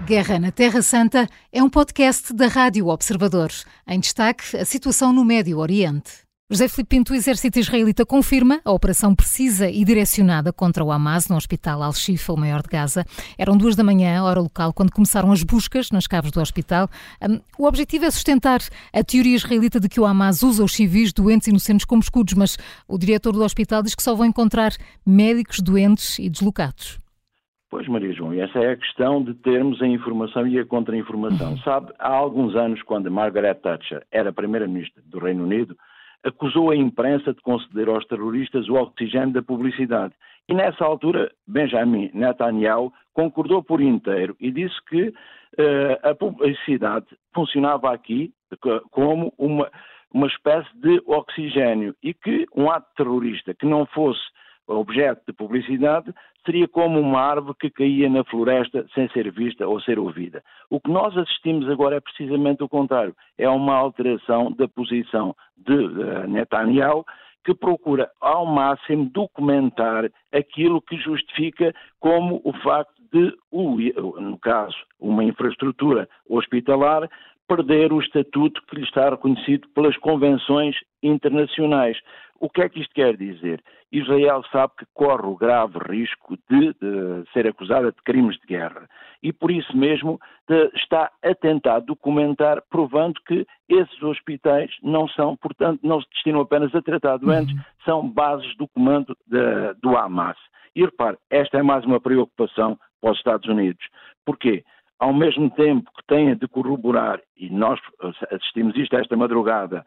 Guerra na Terra Santa é um podcast da Rádio Observador. Em destaque, a situação no Médio Oriente. José Filipe Pinto, o exército israelita confirma a operação precisa e direcionada contra o Hamas no hospital Al-Shifa, o maior de Gaza. Eram 2 da manhã, hora local, quando começaram as buscas nas caves do hospital. O objetivo é sustentar a teoria israelita de que o Hamas usa os civis doentes e inocentes como escudos, mas o diretor do hospital diz que só vão encontrar médicos doentes e deslocados. Pois, Maria João, e essa é a questão de termos a informação e a contra-informação. Sabe, há alguns anos, quando Margaret Thatcher era primeira-ministra do Reino Unido, acusou a imprensa de conceder aos terroristas o oxigênio da publicidade. E nessa altura, Benjamin Netanyahu concordou por inteiro e disse que a publicidade funcionava aqui como uma espécie de oxigênio e que um ato terrorista que não fosse objeto de publicidade seria como uma árvore que caía na floresta sem ser vista ou ser ouvida. O que nós assistimos agora é precisamente o contrário. É uma alteração da posição de Netanyahu, que procura ao máximo documentar aquilo que justifica como o facto de, no caso, uma infraestrutura hospitalar perder o estatuto que lhe está reconhecido pelas convenções internacionais. O que é que isto quer dizer? Israel sabe que corre o grave risco de ser acusada de crimes de guerra e por isso mesmo está a tentar documentar, provando que esses hospitais não são, portanto, não se destinam apenas a tratar doentes, são bases do comando do Hamas. E repare, esta é mais uma preocupação para os Estados Unidos. Porquê? Ao mesmo tempo que têm de corroborar, e nós assistimos isto esta madrugada,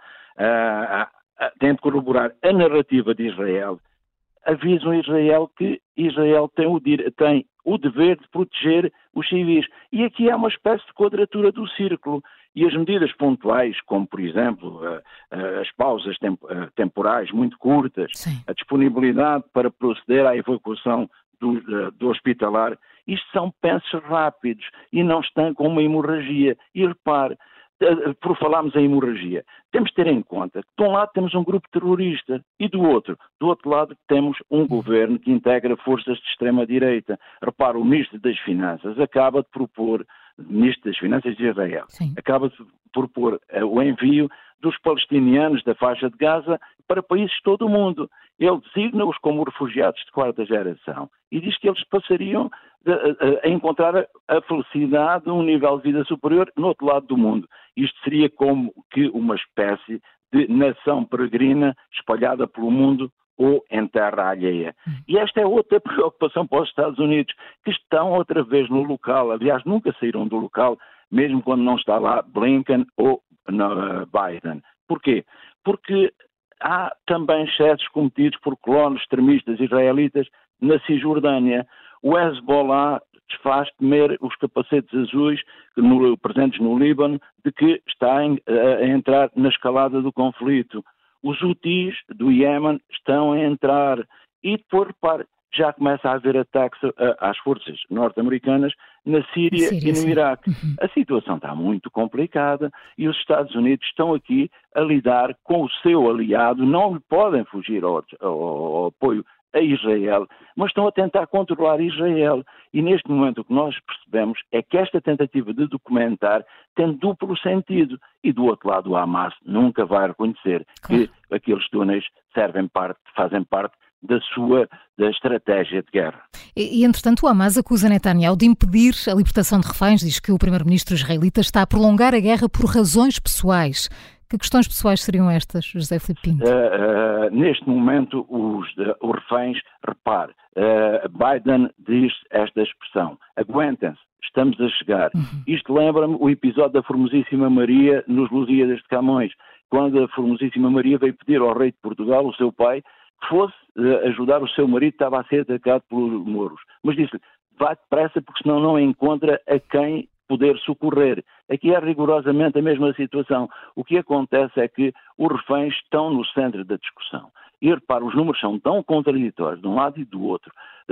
tem de corroborar a narrativa de Israel, avisam Israel que Israel tem o dever de proteger os civis. E aqui há uma espécie de quadratura do círculo. E as medidas pontuais, como por exemplo as pausas temporais muito curtas, sim, a disponibilidade para proceder à evacuação do hospitalar, isto são pensos rápidos e não estão com uma hemorragia. E repare, por falarmos em hemorragia, temos de ter em conta que de um lado temos um grupo terrorista e do outro lado temos um governo que integra forças de extrema-direita. Repara, o Ministro das Finanças acaba de propor, Ministro das Finanças de Israel, sim, acaba de propor o envio dos palestinianos da faixa de Gaza para países de todo o mundo. Ele designa-os como refugiados de 4ª geração e diz que eles passariam a encontrar a felicidade, um nível de vida superior no outro lado do mundo. Isto seria como que uma espécie de nação peregrina espalhada pelo mundo ou em terra alheia. E esta é outra preocupação para os Estados Unidos, que estão outra vez no local, aliás, nunca saíram do local, mesmo quando não está lá Blinken ou Biden. Porquê? Porque há também excessos cometidos por colonos extremistas israelitas na Cisjordânia. O Hezbollah faz temer os capacetes azuis presentes no Líbano de que está a entrar na escalada do conflito. Os Houthis do Iémen estão a entrar e depois, repare, já começa a haver ataques às forças norte-americanas na Síria e no Iraque. A situação está muito complicada e os Estados Unidos estão aqui a lidar com o seu aliado, não lhe podem fugir ao apoio a Israel, mas estão a tentar controlar Israel. E neste momento o que nós percebemos é que esta tentativa de documentar tem duplo sentido. E do outro lado o Hamas nunca vai reconhecer que aqueles túneis fazem parte da estratégia de guerra. E, entretanto, o Hamas acusa Netanyahu de impedir a libertação de reféns. Diz que o primeiro-ministro israelita está a prolongar a guerra por razões pessoais. Que questões pessoais seriam estas, José Filipe Pinto? Neste momento, os reféns, repare, Biden diz esta expressão: aguentem-se, estamos a chegar. Isto lembra-me o episódio da Formosíssima Maria nos Lusíadas de Camões, quando a Formosíssima Maria veio pedir ao rei de Portugal, o seu pai, que fosse ajudar o seu marido que estava a ser atacado pelos mouros. Mas disse-lhe: vá depressa porque senão não encontra a quem poder socorrer. Aqui é rigorosamente a mesma situação. O que acontece é que os reféns estão no centro da discussão. E repara, os números são tão contraditórios de um lado e do outro.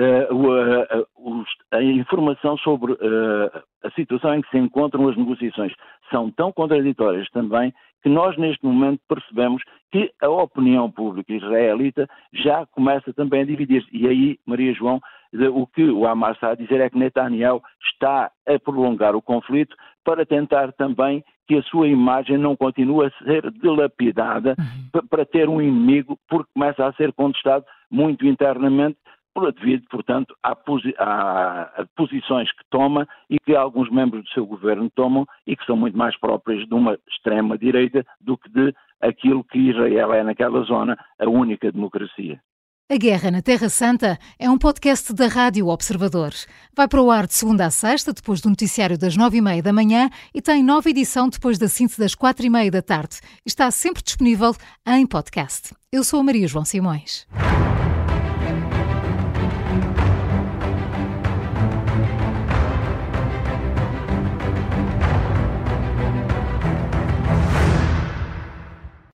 A informação sobre a situação em que se encontram as negociações são tão contraditórias também que nós neste momento percebemos que a opinião pública israelita já começa também a dividir-se. E aí, Maria João, o que o Hamas está a dizer é que Netanyahu está a prolongar o conflito para tentar também que a sua imagem não continue a ser dilapidada para ter um inimigo, porque começa a ser contestado muito internamente, devido, portanto, a posições que toma e que alguns membros do seu governo tomam e que são muito mais próprias de uma extrema-direita do que de aquilo que Israel é naquela zona, a única democracia. A Guerra na Terra Santa é um podcast da Rádio Observador. Vai para o ar de segunda a sexta, depois do noticiário das 9h30 da manhã e tem nova edição depois da síntese das 4h30 da tarde. Está sempre disponível em podcast. Eu sou a Maria João Simões.